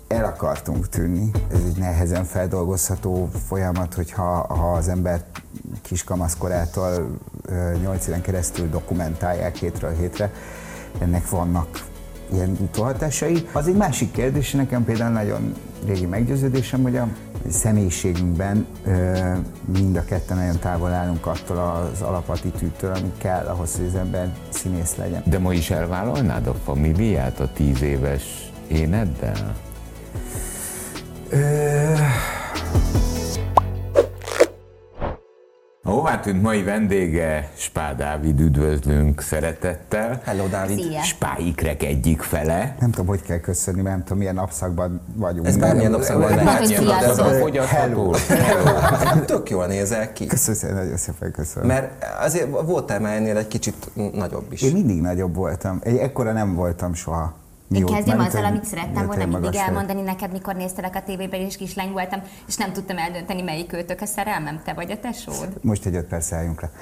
el akartunk tűnni. Ez egy nehezen feldolgozható folyamat, hogyha az ember kiskamaszkorától 8 éven keresztül dokumentálják hétről hétre. Ennek vannak ilyen utóhatásai. Az egy másik kérdés, nekem például nagyon régi meggyőződésem, hogy a személyiségünkben mind a ketten nagyon távol állunk attól az alapattitűdtől, ami kell ahhoz, hogy az ember színész legyen. De ma is elvállalnád a Familiát a 10 éves éneddel? A hová tűnt mai vendége Spá Dávid, üdvözlünk szeretettel. Hello, Dávid. Szia. Spá ikrek egyik fele. Nem tudom, hogy kell köszönni, mert nem tudom, milyen napszakban vagyunk. Ez bármilyen napszakban lehet. Bármilyen napszakban fogyasztható. Tök jól nézel ki. Köszönöm, nagyon szépen köszönöm. Mert azért voltál már ennél egy kicsit nagyobb is. Én mindig nagyobb voltam. Ekkora nem voltam soha. Én kezdjem azzal, amit szerettem volna mindig elmondani neked, mikor néztelek a tévében, és kislány voltam, és nem tudtam eldönteni, melyik őtök a szerelmem, te vagy a tesód? Most egy 5 perc álljunk le.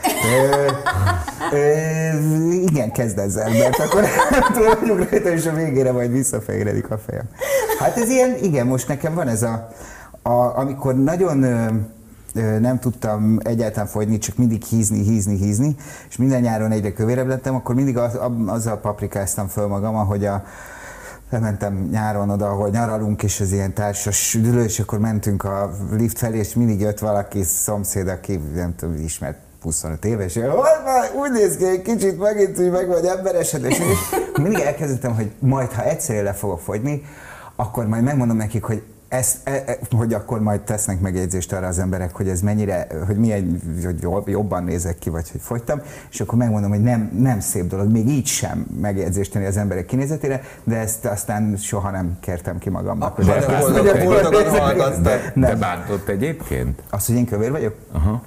Igen, kezd ezzel, mert akkor túl vagyunk rajta, és a végére majd visszafejredik a fejem. Hát ez ilyen, igen, most nekem van ez amikor nagyon nem tudtam egyáltalán fogyni, csak mindig hízni, és minden nyáron egyre kövérebb lettem, akkor mindig azzal paprikáztam föl magam, ahogy lementem nyáron oda, ahol nyaralunk, és az ilyen társas üdülő, és akkor mentünk a lift felé, és mindig jött valaki szomszéd, aki nem tudom, ismert 25 éves, és úgy néz ki, egy kicsit megint úgy meg vagy emberesedés, és mindig elkezdtem, hogy majd, ha egyszerűen le fogok fogyni, akkor majd megmondom nekik, hogy hogy akkor majd tesznek megjegyzést arra az emberek, hogy ez mennyire, hogy milyen, hogy jobban nézek ki, vagy hogy fogytam, és akkor megmondom, hogy nem szép dolog, még így sem megjegyzést tenni az emberek kinézetére, de ezt aztán soha nem kértem ki magamnak. De bántott egyébként? Azt, hogy én kövér vagyok? Aha.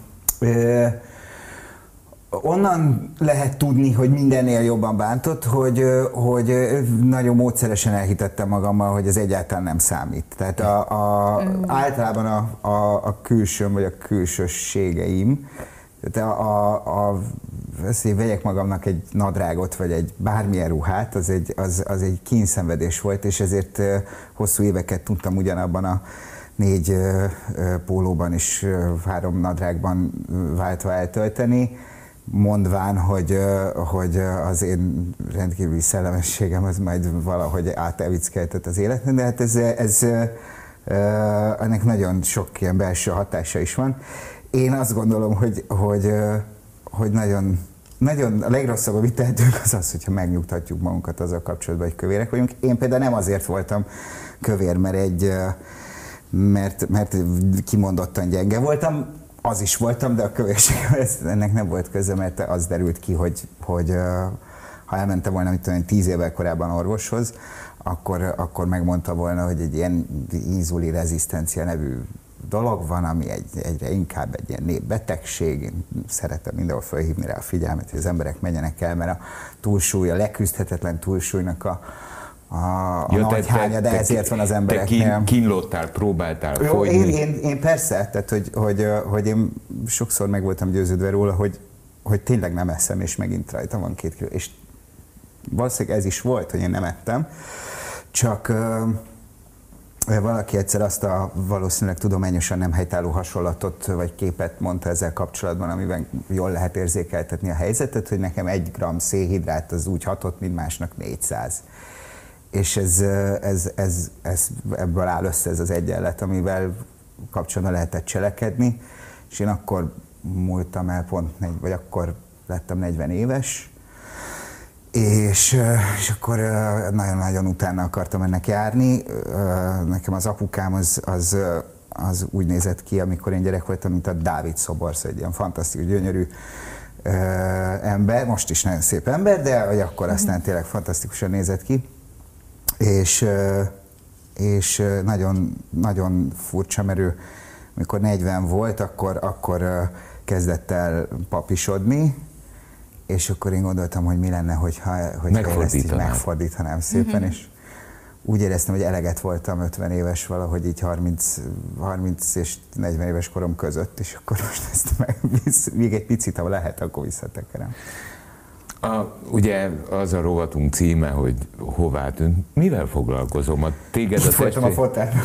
Onnan lehet tudni, hogy mindennél jobban bántott, hogy nagyon módszeresen elhitettem magammal, hogy ez egyáltalán nem számít. Tehát általában a külsőm vagy a külsőségeim, tehát hogy vegyek magamnak egy nadrágot vagy egy bármilyen ruhát, az egy kényszenvedés volt, és ezért hosszú éveket tudtam ugyanabban a 4 pólóban és 3 nadrágban váltva eltölteni, mondván, hogy az én rendkívüli szellemességem az majd valahogy átevickeltet az életben, de hát ez ennek nagyon sok ilyen belső hatása is van. Én azt gondolom, hogy nagyon a legrosszabb, amit tehetünk, az az, hogyha megnyugtatjuk magunkat azzal kapcsolatban, hogy kövérek vagyunk. Én például nem azért voltam kövér, mert kimondottan gyenge voltam, az is voltam, de a kövérségem ennek nem volt köze, mert az derült ki, hogy ha elmentem volna, mit tudom, 10 évvel korábban orvoshoz, akkor megmondta volna, hogy egy ilyen inzulin rezisztencia nevű dolog van, ami egyre inkább egy ilyen népbetegség. Én szeretem mindenhol felhívni rá a figyelmet, hogy az emberek menjenek el, mert a túlsúly, a leküzdhetetlen túlsúlynak a nagy hánya, de ezért van az embereknél. Te kínlottál, próbáltál fogyni? Én persze, tehát hogy én sokszor meg voltam győződve róla, hogy tényleg nem eszem, és megint rajtam van 2 kiló. És valószínűleg ez is volt, hogy én nem ettem, csak valaki egyszer azt a valószínűleg tudományosan nem helytálló hasonlatot vagy képet mondta ezzel kapcsolatban, amiben jól lehet érzékeltetni a helyzetet, hogy nekem 1 g szénhidrát az úgy hatott, mint másnak 400. És ebből áll össze ez az egyenlet, amivel kapcsolatban lehetett cselekedni, és én akkor múltam el vagy akkor lettem 40 éves, és akkor nagyon-nagyon utána akartam ennek járni. Nekem az apukám az úgy nézett ki, amikor én gyerek voltam, mint a Dávid szobor, szóval egy ilyen fantasztikus, gyönyörű ember, most is nagyon szép ember, de hogy akkor aztán tényleg fantasztikusan nézett ki. És nagyon, nagyon furcsa, mert ő, amikor 40 volt, akkor kezdett el papisodni, és akkor én gondoltam, hogy mi lenne, hogyha ezt így megfordítanám szépen, és úgy éreztem, hogy eleget voltam 50 éves valahogy így 30 és 40 éves korom között, és akkor most ezt még egy picit, ha lehet, akkor visszatekerem. Ugye az a rovatunk címe, hogy hová tűnt. Mivel foglalkozom? Téged a Folytom a fotelnak.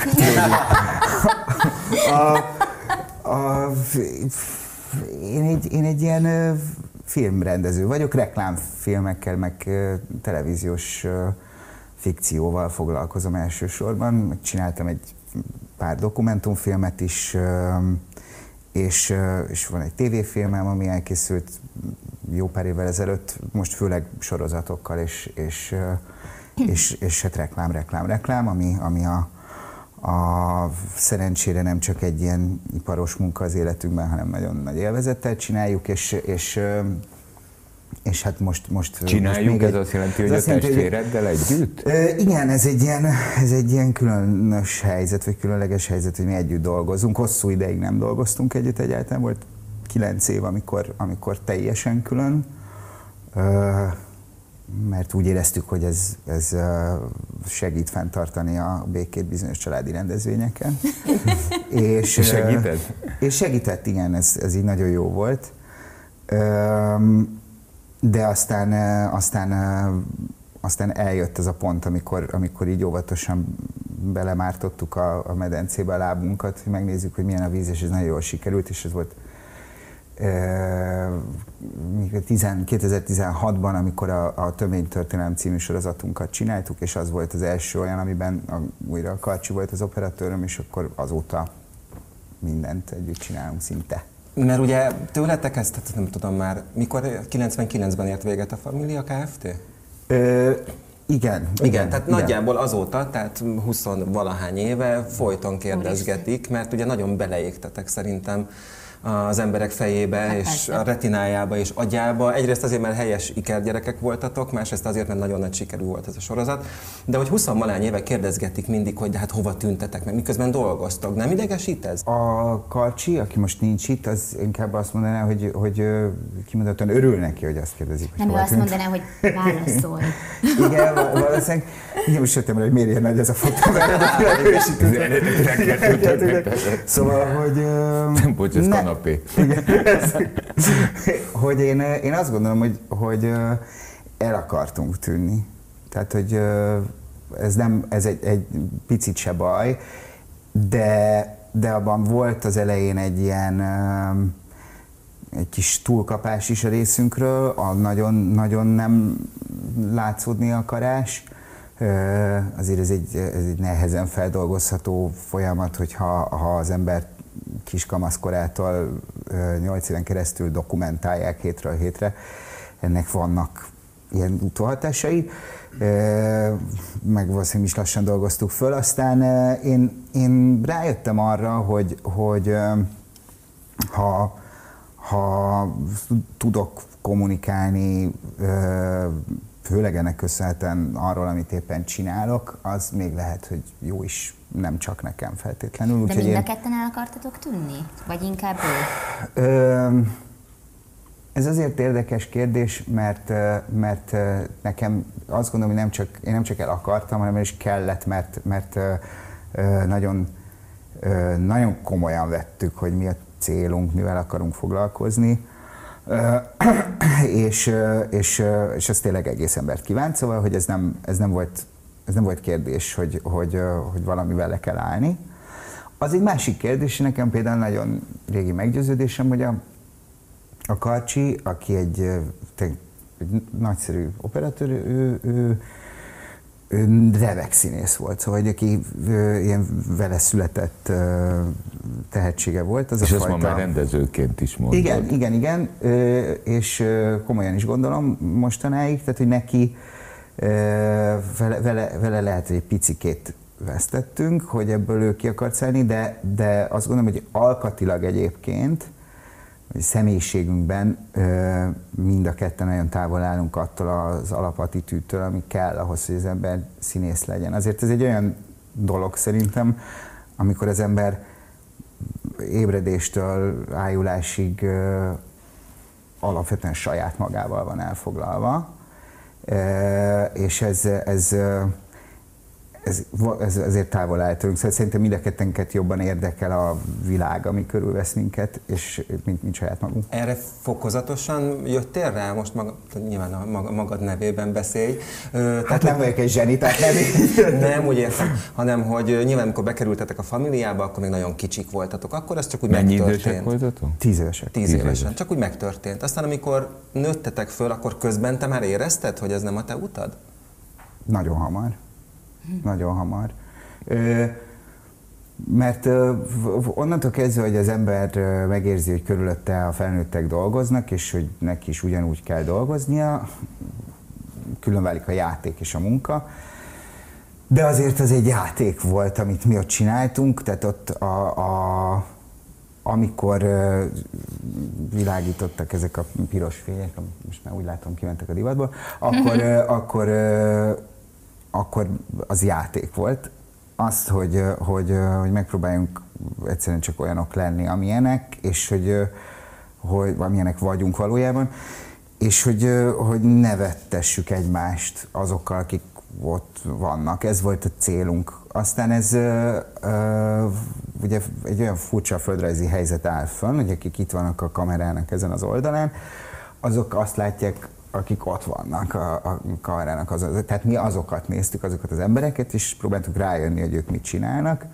Én egy ilyen filmrendező vagyok, reklámfilmekkel, meg televíziós fikcióval foglalkozom elsősorban. Csináltam egy pár dokumentumfilmet is, és van egy tévéfilmem, ami elkészült jó pár évvel ezelőtt, most főleg sorozatokkal, és hát reklám, ami a szerencsére nem csak egy ilyen iparos munka az életünkben, hanem nagyon nagy élvezettel csináljuk, és hát most csináljuk, ez azt jelenti, hogy a testvéreddel együtt? Igen, ez egy ilyen különös helyzet, vagy különleges helyzet, hogy mi együtt dolgozunk. Hosszú ideig nem dolgoztunk együtt egyáltalán, volt 9 év, amikor teljesen külön, mert úgy éreztük, hogy ez segít fenntartani a békét bizonyos családi rendezvényeken. És segített? És segített, igen, ez így nagyon jó volt. De aztán eljött ez a pont, amikor így óvatosan belemártottuk a medencébe a lábunkat, hogy megnézzük, hogy milyen a víz, és ez nagyon jól sikerült, és ez volt 2016-ban, amikor a Töménytörténelem című sorozatunkat csináltuk, és az volt az első olyan, amiben újra a Karcsi volt az operatőröm, és akkor azóta mindent együtt csinálunk szinte. Mert ugye tőletek ezt, nem tudom már, mikor 99-ben ért véget a Família Kft.? Igen, tehát nagyjából azóta, tehát 20-valahány éve folyton kérdezgetik, mert ugye nagyon beleégtetek szerintem az emberek fejébe, hát és persze. A retinájába és agyába. Egyrészt azért, mert helyes ikergyerekek voltatok, másrészt azért, mert nagyon nagy sikerű volt ez a sorozat. De hogy 20-valány éve kérdezgetik mindig, hogy de hát hova tüntetek meg, miközben dolgoztok. Nem idegesít ez? A Karcsi, aki most nincs itt, az inkább azt mondaná, hogy kimondottan örül neki, hogy azt kérdezik, hogy nem, hova ő azt mondaná, hogy válaszol. Igen, valószínűleg. Igen, most jöttem rá, hogy miért ilyen nagy ez a fotó, Szóval, hogy... Bocs, ez kanapé. Hogy én azt gondolom, hogy el akartunk tűnni. Tehát, hogy ez egy picit se baj, de abban volt az elején egy ilyen egy kis túlkapás is a részünkről, a nagyon nem látszódni akarás. Azért ez egy nehezen feldolgozható folyamat, hogyha az ember kiskamaszkorától 8 éven keresztül dokumentálják hétről hétre. Ennek vannak ilyen utóhatásai, meg valószínűleg is lassan dolgoztuk föl. Aztán én rájöttem arra, hogy ha tudok kommunikálni, főleg ennek köszönhetően arról, amit éppen csinálok, az még lehet, hogy jó is, nem csak nekem feltétlenül. De mind a ketten el akartatok tűnni? Vagy inkább ő? Ez azért érdekes kérdés, mert nekem azt gondolom, hogy én nem csak el akartam, hanem is kellett, mert nagyon komolyan vettük, hogy mi a célunk, mivel akarunk foglalkozni. És ez tényleg egész embert kívánt, szóval, hogy ez nem volt kérdés, hogy valamivel le kell állni. Az egy másik kérdés, nekem például nagyon régi meggyőződésem, hogy a Karcsi, aki egy nagyszerű operatőr, ő remek színész volt, szóval aki ilyen vele született tehetsége volt. Az és a ezt fajta... ma már rendezőként is mondod. Igen, és komolyan is gondolom mostanáig, tehát hogy neki vele lehet, hogy egy picikét vesztettünk, hogy ebből ő ki akart szállni, de azt gondolom, hogy alkatilag egyébként, hogy személyiségünkben mind a ketten nagyon távol állunk attól az alapattitűdtől, ami kell ahhoz, hogy az ember színész legyen. Azért ez egy olyan dolog szerintem, amikor az ember ébredéstől ájulásig alapvetően saját magával van elfoglalva, és ez azért távol áll tőlünk. Szóval szerintem mind a kettenket jobban érdekel a világ, ami körülvesz minket, és mint saját magunk. Erre fokozatosan jöttél rá? Most nyilván a magad nevében beszélj. Hát nem vagyok egy zseni, tehát nem úgy értem, hanem hogy nyilván amikor bekerültetek a familiába, akkor még nagyon kicsik voltatok. Akkor ez csak úgy megtörtént. Mennyi idősek voltatok? 10 évesek. 10 évesen. Csak úgy megtörtént. Aztán amikor nőttetek föl, akkor közben te már érezted, hogy ez nem a te utad? Nagyon hamar. Nagyon hamar. Mert onnantól kezdve, hogy az ember megérzi, hogy körülötte a felnőttek dolgoznak, és hogy neki is ugyanúgy kell dolgoznia, külön válik a játék és a munka. De azért az egy játék volt, amit mi ott csináltunk, tehát ott amikor világítottak ezek a piros fények, most már úgy látom, kimentek a divatból, akkor az játék volt. Azt, hogy megpróbáljunk egyszerűen csak olyanok lenni, amilyenek, és hogy amilyenek vagyunk valójában, és hogy nevettessük egymást azokkal, akik ott vannak. Ez volt a célunk. Aztán ez ugye egy olyan furcsa földrajzi helyzet áll fönn, hogy akik itt vannak a kamerának ezen az oldalán, azok azt látják, akik ott vannak a kamerának. Tehát mi azokat néztük, azokat az embereket, és próbáltuk rájönni, hogy ők mit csinálnak,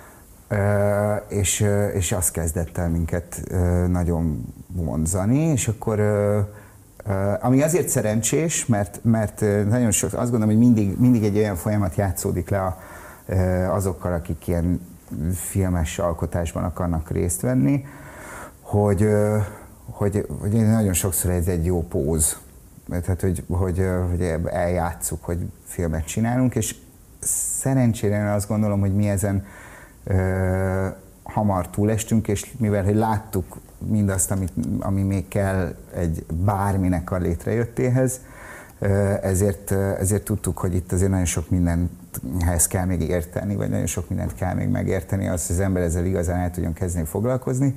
és az kezdett el minket nagyon vonzani, és akkor ami azért szerencsés, mert nagyon sok, azt gondolom, hogy mindig egy olyan folyamat játszódik le azokkal, akik ilyen filmes alkotásban akarnak részt venni, hogy nagyon sokszor ez egy jó póz. Tehát, hogy eljátsszuk, hogy filmet csinálunk, és szerencsére én azt gondolom, hogy mi ezen hamar túlestünk, és mivel hogy láttuk mindazt, ami még kell egy bárminek a létrejöttéhez, ezért tudtuk, hogy itt azért nagyon sok mindenhez kell még érteni, vagy nagyon sok mindent kell még megérteni, az, hogy az ember ezzel igazán el tudjon kezdeni foglalkozni.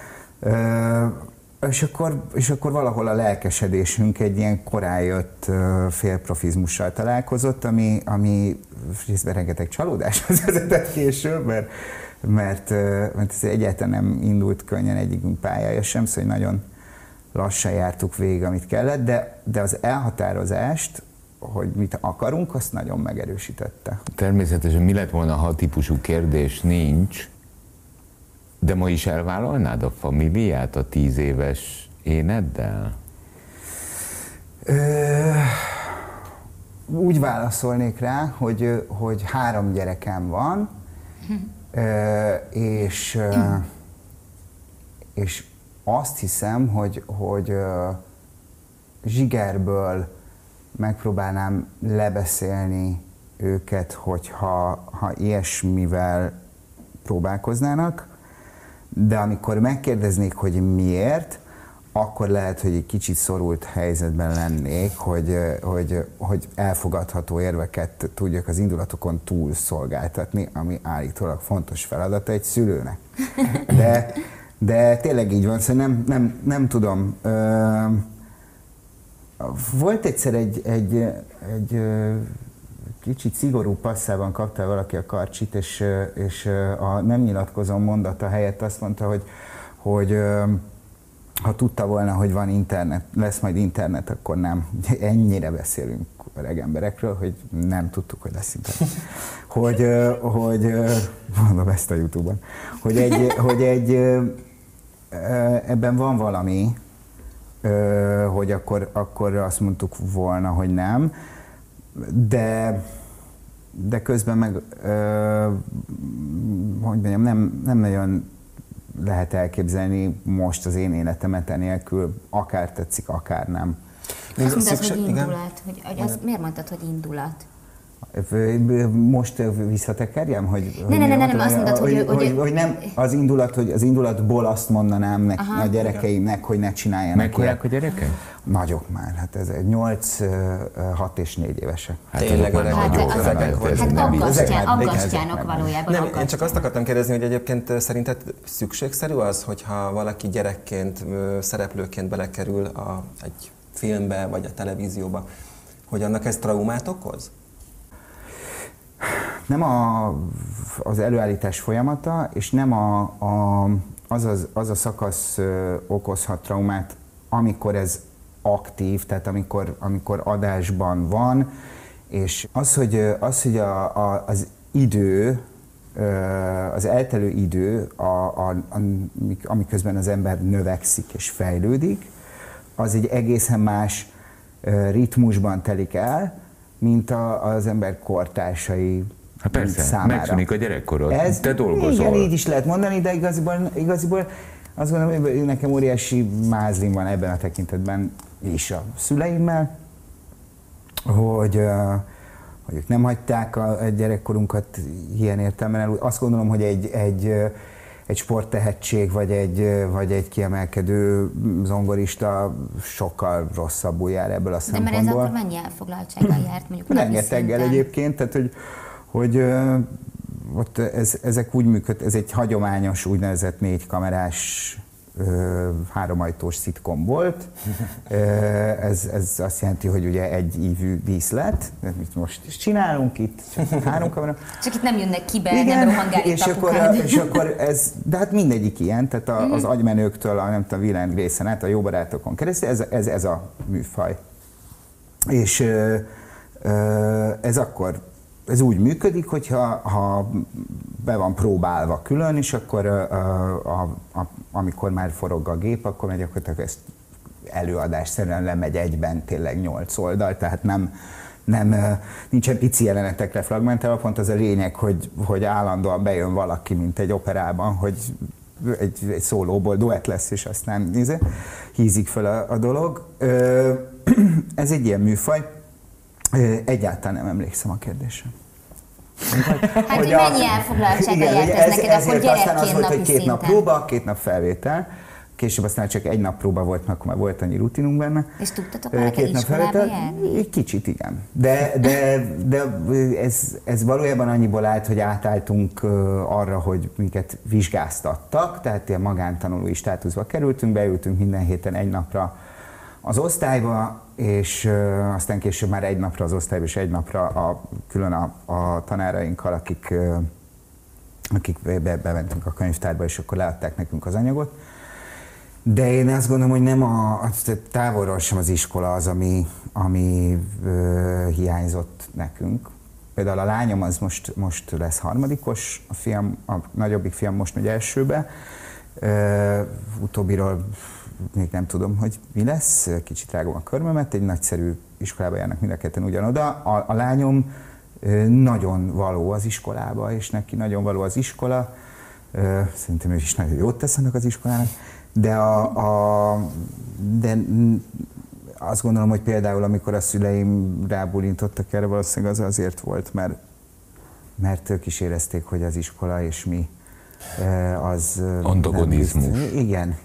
És akkor valahol a lelkesedésünk egy ilyen korán jött félprofizmussal találkozott, ami részben rengeteg csalódáshoz vezetett később, mert ez egyáltalán nem indult könnyen egyikünk pályája sem, szóval nagyon lassan jártuk végig, amit kellett, de az elhatározást, hogy mit akarunk, azt nagyon megerősítette. Természetesen mi lett volna, ha típusú kérdés nincs, de ma is elvállalnád a familiát a 10 éves éneddel? Úgy válaszolnék rá, hogy 3 gyerekem van, és azt hiszem, hogy zsigerből megpróbálnám lebeszélni őket, ha ilyesmivel próbálkoznának, de amikor megkérdeznék, hogy miért, akkor lehet, hogy egy kicsit szorult helyzetben lennék, hogy elfogadható érveket tudjak az indulatokon túl szolgáltatni, ami állítólag fontos feladata egy szülőnek. De tényleg így van, szóval nem tudom. Volt egyszer egy kicsit szigorú passzában kapta valaki a karcsit, és a nem nyilatkozom mondata helyett azt mondta, hogy ha tudta volna, hogy van internet, lesz majd internet, akkor nem. Ennyire beszélünk öreg emberekről, hogy nem tudtuk, hogy lesz internet. Hogy mondom ezt a YouTube-on, hogy ebben van valami, hogy akkor azt mondtuk volna, hogy nem, de közben meg, hogy mondjam, nem nagyon lehet elképzelni most az én életemet enélkül, akár tetszik, akár nem. Azt mondtad, hogy indulat. Miért mondtad, hogy indulat? Most visszatekerjem, hogy nem, azt mondtad, hogy nem az indulat, hogy az indulatból azt mondanám a gyerekeimnek, hogy ne csináljanak. Megkorják a gyerekek? Nagyok már, hát ez 8, 6 és 4 évesek. Tényleg öregek aggasztjának valójában. Nem, én csak azt akartam kérdezni, hogy egyébként szerinted szükségszerű az, hogyha valaki gyerekként, szereplőként belekerül egy filmbe vagy a televízióba, hogy annak ez traumát okoz? nem az előállítás folyamata, és nem az a szakasz okozhat traumát, amikor ez aktív, tehát amikor adásban van, és az, hogy az idő, az eltelő idő, amiközben az ember növekszik és fejlődik, az egy egészen más ritmusban telik el, mint az ember kortársai számára. Megszűnik a gyerekkorod, te dolgozol. Igen, így is lehet mondani, de igaziból azt gondolom, hogy nekem óriási mázlim van ebben a tekintetben is a szüleimmel, hogy ők nem hagyták a gyerekkorunkat ilyen értelemben. Azt gondolom, hogy egy sporttehetség vagy egy kiemelkedő zongorista sokkal rosszabbul jár ebből a szempontból. De mert ez akkor mennyi elfoglaltsággal járt mondjuk napi rengeteggel egyébként, tehát hogy ott ezek úgy működ, ez egy hagyományos úgynevezett 4 kamerás 3 ajtós szitkom volt. Ez azt jelenti, hogy ugye egy ívű díszlet, mit most is csinálunk itt, csak 3 kamera. Csak itt nem jönnek ki be, nem rohangálni és akkor ez, de hát mindegyik ilyen, tehát az agymenőktől, nem tudom, Will & Grace-en át, a jó barátokon keresztül, ez a műfaj. És ez úgy működik, hogyha be van próbálva külön, és akkor amikor már forog a gép, akkor gyakorlatilag ezt előadásszerűen lemegy egyben tényleg 8 oldal, tehát nincsen pici jelenetekre fragmentálva, pont az a lényeg, hogy állandóan bejön valaki, mint egy operában, hogy egy szólóból duett lesz, és aztán hízik fel a dolog. Ez egy ilyen műfaj. Egyáltalán nem emlékszem a kérdésre. Hát, hogy mennyi elfoglaltsága járt ez neked, akkor gyerekként napi 2 nap próba, 2 nap felvétel, később aztán csak 1 nap próba volt, mert akkor már volt annyi rutinunk benne. És tudtatok valaki iskolába járni? Egy kicsit, igen. De ez valójában annyiból állt, hogy átálltunk arra, hogy minket vizsgáztattak, tehát ilyen magántanulói státuszba kerültünk, beültünk minden héten 1 napra az osztályba, és aztán később már 1 napra az osztályba, és 1 napra külön a tanárainkkal, akik bementünk a könyvtárba, és akkor leadták nekünk az anyagot. De én azt gondolom, hogy nem távolról sem az iskola az, ami hiányzott nekünk. Például a lányom az most lesz 3-os, a nagyobbik fiam most megy elsőbe. Utóbbiról még nem tudom, hogy mi lesz, kicsit rágom a körmömet, egy nagyszerű iskolába járnak mind a ketten ugyanoda. A lányom nagyon való az iskolába, és neki nagyon való az iskola. Szerintem ő is nagyon jót tesz annak az iskolának. De azt gondolom, hogy például amikor a szüleim rábólintottak erre, valószínűleg az azért volt, mert ők is érezték, hogy az iskola és mi az... Antagonizmus. Igen.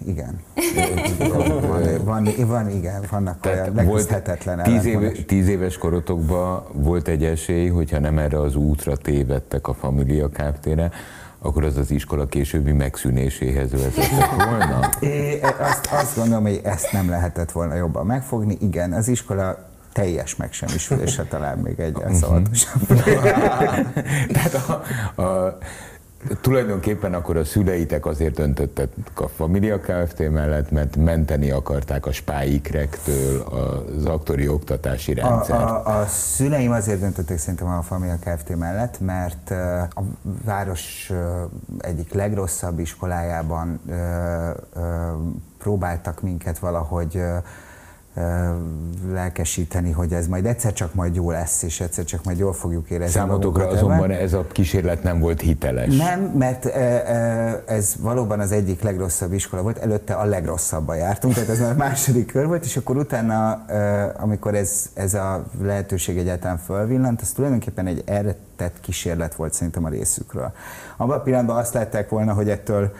Vannak olyan leküzdhetetlen 10 éves korotokban volt egy esély, hogyha nem erre az útra tévedtek a Familia Kft-re, akkor az iskola későbbi megszűnéséhez vezetett volna? Azt gondolom, hogy ezt nem lehetett volna jobban megfogni. Igen, az iskola teljes megsemmisülése talán még egyen szavatosabb. Tehát tulajdonképpen akkor a szüleitek azért döntöttek a Familia Kft. Mellett, mert menteni akarták a spáikrektől az aktori oktatási rendszert. A szüleim azért döntöttek szerintem a Familia Kft. Mellett, mert a város egyik legrosszabb iskolájában próbáltak minket valahogy lelkesíteni, hogy ez majd egyszer csak majd jó lesz, és egyszer csak majd jól fogjuk érezni. Számotokra azonban ez a kísérlet nem volt hiteles. Nem, mert ez valóban az egyik legrosszabb iskola volt, előtte a legrosszabban jártunk, tehát ez már a második kör volt, és akkor utána, amikor ez a lehetőség egyáltalán fölvillant, az tulajdonképpen egy elrettett kísérlet volt szerintem a részükről. Abban a pillanatban azt látták volna, hogy ettől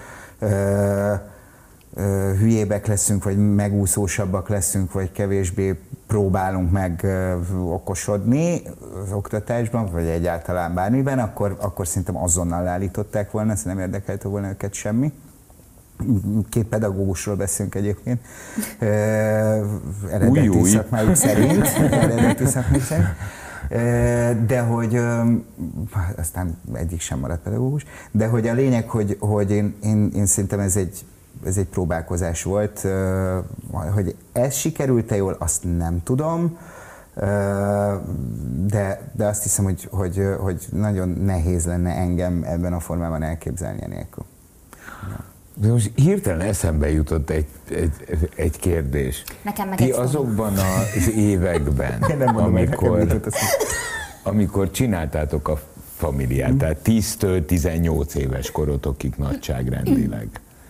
hülyébek leszünk, vagy megúszósabbak leszünk, vagy kevésbé próbálunk meg okosodni az oktatásban, vagy egyáltalán bármiben, akkor szerintem azonnal leállították volna, ezt nem érdekelte volna őket semmi. 2 pedagógusról beszélünk egyébként, eredeti szakmájuk szerint. De hogy, aztán egyik sem maradt pedagógus, de hogy a lényeg, hogy én szerintem ez egy próbálkozás volt, hogy ez sikerült-e jól, azt nem tudom, de azt hiszem, hogy nagyon nehéz lenne engem ebben a formában elképzelni nélkül. De most hirtelen eszembe jutott egy kérdés. Nekem meg ti azokban az években, amikor csináltátok a Familiát, tehát 10-től 18 éves korotokig nagyságrendileg,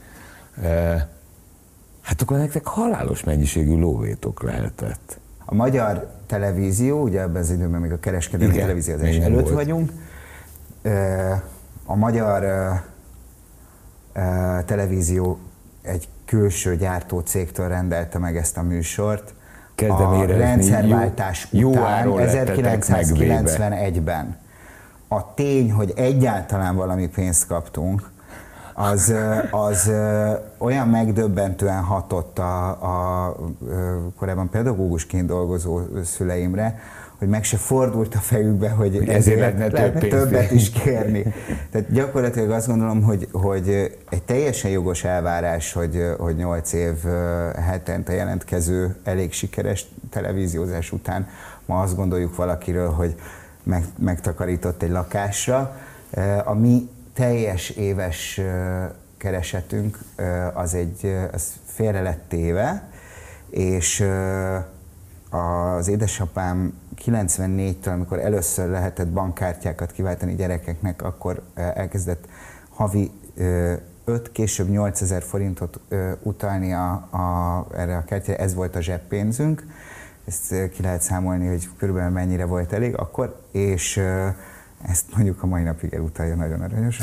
hát akkor nektek halálos mennyiségű lóvétok lehetett. A magyar televízió, ugye ebben az időben még a kereskedelmi televíziózás előtt vagyunk, a magyar televízió egy külső gyártócégtől rendelte meg ezt a műsort. A rendszerváltás után, 1991-ben. A tény, hogy egyáltalán valami pénzt kaptunk, az olyan megdöbbentően hatott a korábban pedagógusként dolgozó szüleimre, hogy meg se fordult a fejükbe, hogy ezért lehetne többet is kérni. Tehát gyakorlatilag azt gondolom, hogy egy teljesen jogos elvárás, hogy 8 év hetente jelentkező elég sikeres televíziózás után ma azt gondoljuk valakiről, hogy megtakarított egy lakásra. A mi teljes éves keresetünk az félre lett téve, és az édesapám 94-től, amikor először lehetett bankkártyákat kiváltani gyerekeknek, akkor elkezdett havi 5, később 8000 forintot utalni erre a kártyára, ez volt a zseppénzünk. Ezt ki lehet számolni, hogy körülbelül mennyire volt elég akkor, és ezt mondjuk a mai napig elutalja, nagyon aranyos.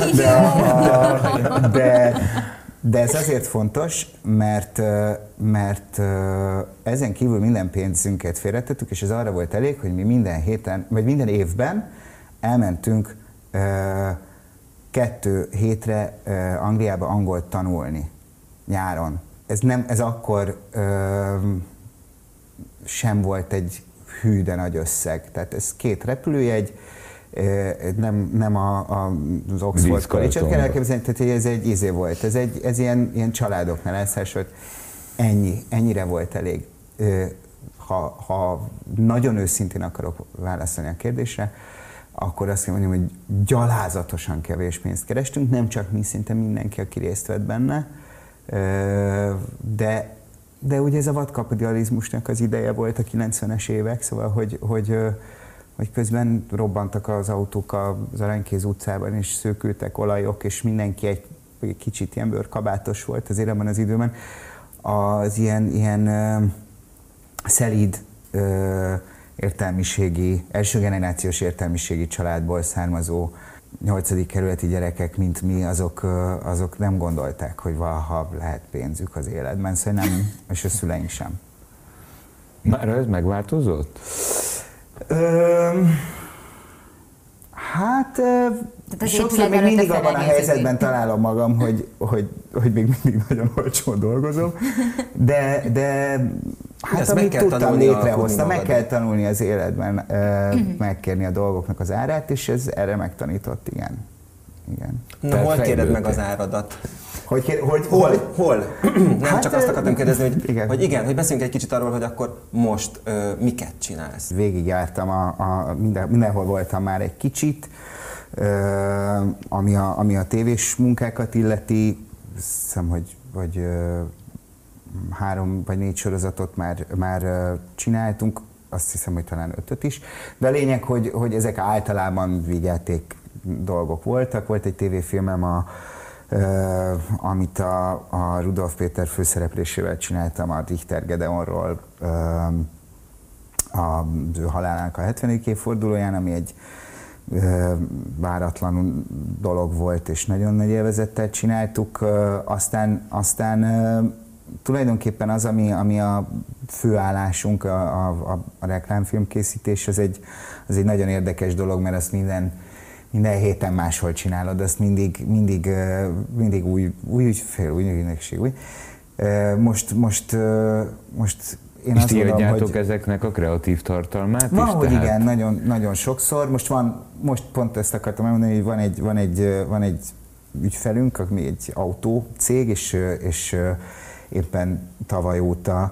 De ez azért fontos, mert ezen kívül minden pénzünket félretettük, és ez arra volt elég, hogy mi minden héten, vagy minden évben elmentünk 2 hétre Angliába angolt tanulni nyáron. Ez akkor sem volt egy hű, de nagy összeg. Tehát ez 2 repülőjegy, nem az Oxford College-et kell elképzelni, tehát ez egy izé volt, ez ilyen családoknál elszállás volt, ennyire volt elég. Ha nagyon őszintén akarok válaszolni a kérdésre, akkor azt kell mondjam, hogy gyalázatosan kevés pénzt kerestünk, nem csak mi, szinte mindenki, aki részt vett benne, de ugye ez a vadkapitalizmusnak az ideje volt a 90-es évek, szóval, hogy közben robbantak az autók az Aranykéz utcában, és szőkültek olajok, és mindenki egy kicsit ilyen bőrkabátos volt azért abban az időben. Az ilyen szelíd értelmiségi, első generációs értelmiségi családból származó 8. kerületi gyerekek, mint mi, azok nem gondolták, hogy valaha lehet pénzük az életben, szóval nem, és a szüleink sem. Már ez megváltozott? Hát sokszor még mindig abban a helyzetben találom magam, hogy még mindig nagyon olcsón dolgozom, de hát amit tudtam, létrehoztam, meg kell tanulni az életben, megkérni a dolgoknak az árát, és ez erre megtanított, igen. Na, hol kéred meg az áradat? Hol? Nem, hát, csak azt akartam kérdezni, hogy beszéljünk egy kicsit arról, hogy akkor most miket csinálsz. Végigjártam, mindenhol voltam már egy kicsit, ami a tévés munkákat illeti, hiszem, hogy 3 vagy 4 sorozatot már csináltunk, azt hiszem, hogy talán 5-öt is, de a lényeg, hogy ezek általában vígjáték dolgok voltak. Volt egy tévéfilmem, amit a Rudolf Péter főszereplésével csináltam, a Richter Gedeonról, az ő halálának a 70. évfordulóján, ami egy váratlan dolog volt, és nagyon nagy élvezettel csináltuk. Aztán tulajdonképpen az, ami a főállásunk, a reklámfilmkészítés, az egy nagyon érdekes dolog, mert azt minden héten máshol csinálod, azt mindig új ügynökség. Most én és azt ti gondolom, adjátok hogy ezeknek a kreatív tartalmát van, is? hogy Tehát... igen, nagyon, nagyon sokszor. Most pont ezt akartam elmondani, hogy van egy ügyfelünk, ami egy autócég, és éppen tavaly óta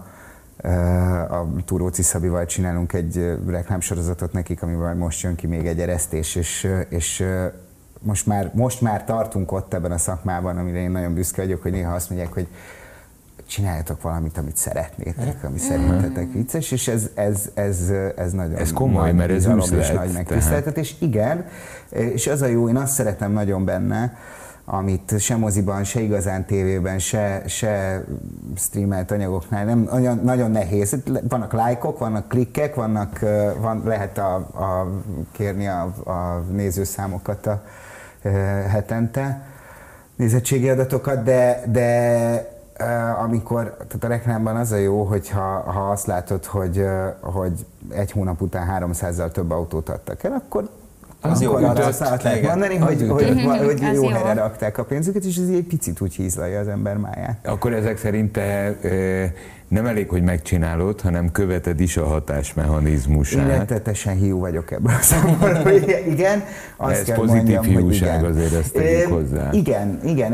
a Túróci Szabival csinálunk egy reklámsorozatot nekik, amivel most jön ki még egy eresztés, és most már tartunk ott ebben a szakmában, amire én nagyon büszke vagyok, hogy néha azt mondják, hogy csináljatok valamit, amit szeretnétek, ami szerintetek vicces, és ez nagyon ez komoly, mert ez üzlet, nagy megtiszteltetés. Igen, és az a jó, én azt szeretem nagyon benne, amit se moziban, se igazán tévében, se streamelt anyagoknál nem nagyon nehéz. Vannak lájkok, vannak klikkek, lehet kérni a nézőszámokat a hetente, nézettségi adatokat, de amikor, tehát a reklámban az a jó, hogyha azt látod, hogy egy hónap után 300-zal több autót adtak el, akkor jó, azt lehet mondani, hogy jó helyre rakták a pénzüket, és ez egy picit úgy hízlalja az ember máját. Akkor ezek szerint te nem elég, hogy megcsinálod, hanem követed is a hatásmechanizmusát. Én rettetesen hiú vagyok ebben a számomra, igen. Ez kell pozitív mondjam, hiúság, azért ezt tegyük hozzá. Igen,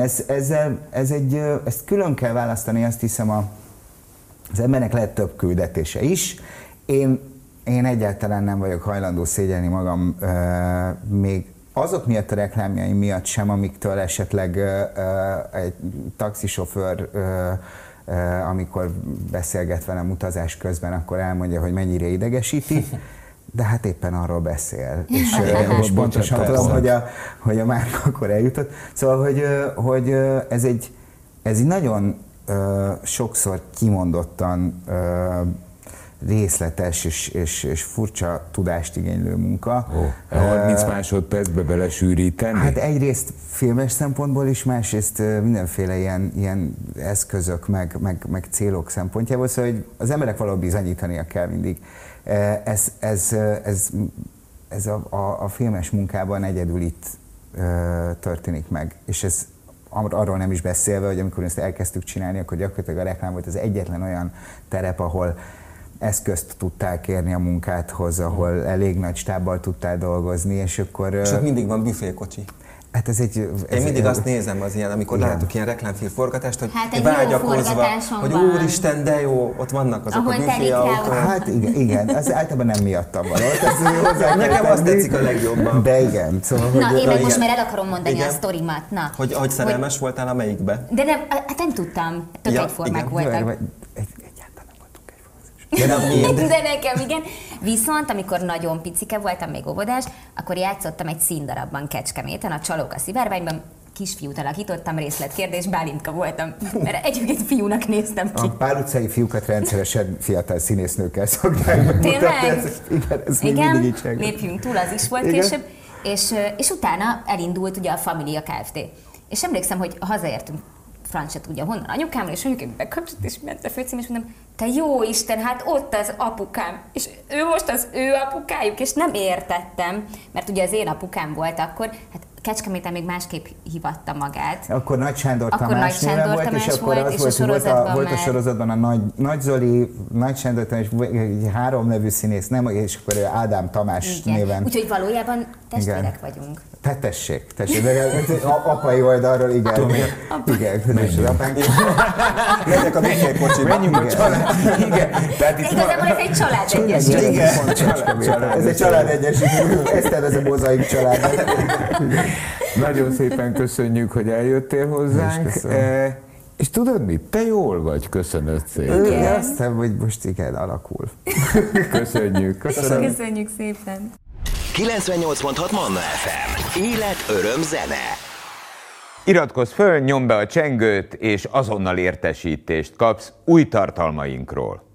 ezt külön kell választani, azt hiszem az embernek lehet több küldetése is. Én egyáltalán nem vagyok hajlandó szégyelni magam, még azok miatt a reklámjaim miatt sem, amiktől esetleg egy taxisofőr, amikor beszélget velem utazás közben, akkor elmondja, hogy mennyire idegesíti, de hát éppen arról beszél. És pontosan tudom, hogy a márka akkor eljutott. Szóval, hogy ez egy nagyon sokszor kimondottan részletes és furcsa tudást igénylő munka. 30 másodpercbe belesűríteni? Hát egyrészt filmes szempontból is, másrészt mindenféle ilyen eszközök, meg célok szempontjából, szóval hogy az emberek valahol bizonyítania kell mindig. Ez a filmes munkában egyedül itt történik meg, és ez arról nem is beszélve, hogy amikor ezt elkezdtük csinálni, akkor gyakorlatilag a reklám volt az egyetlen olyan terep, ahol eszközt tudtál kérni a munkádhoz, ahol elég nagy stábbal tudtál dolgozni, és akkor... És ott mindig van büfékocsi. Hát én mindig azt nézem az ilyen, amikor látok ilyen reklámfilmforgatást, hogy hát vágyakozva, hogy úristen, de jó, ott vannak azok a büféautók. Hát igen, az általában nem miattam való. Nekem azt tetszik a legjobban. De igen. Szóval, én meg most már el akarom mondani a sztorimat. Hogy szerelmes voltál a melyikbe? De nem, hát nem tudtam, tök egyformák voltak. De nekem igen. Viszont amikor nagyon picike voltam, még óvodás, akkor játszottam egy színdarabban Kecskeméten, a Csalók a szivárványban. Kisfiút alakítottam, részletkérdés, Bálintka voltam, mert egyébként fiúnak néztem ki. A Pál utcai fiúkat rendszeresen fiatal színésznőkkel szokták megmutatni. Tényleg? Igen, lépjünk túl, az is volt később. És utána elindult ugye a Família Kft. És emlékszem, hogy hazaértünk, franc se tudja honnan, anyukámra, és anyukám bekapcsolt, és ment a főcím, és mondom, te jó Isten, hát ott az apukám, és ő most az ő apukájuk, és nem értettem, mert ugye az én apukám volt akkor, hát Kecskeméten még másképp hívatta magát. Akkor Nagy Sándor Tamás néve volt, és akkor az volt a sorozatban a Nagy Zoli, Nagy Sándor Tamás, 3 nevű színész, nem, és akkor Ádám Tamás néven. Úgyhogy valójában testvérek vagyunk. Tessék, de apai oldalról igen. Igen, és az apánk. Megyek a büfékocsiba. Menjünk a család. Igen. Igazából ez egy családegyesítés. Ez egy családegyesítés. Ezt tervez a mozaik család. Nagyon szépen köszönjük, hogy eljöttél hozzánk. És tudod mit? Te jól vagy, köszönöd szépen. Azt hiszem, hogy most igen, alakul. Köszönjük. Köszönjük szépen. 98.6 Manna FM. Élet, öröm, zene. Iratkozz föl, nyomd be a csengőt, és azonnal értesítést kapsz új tartalmainkról.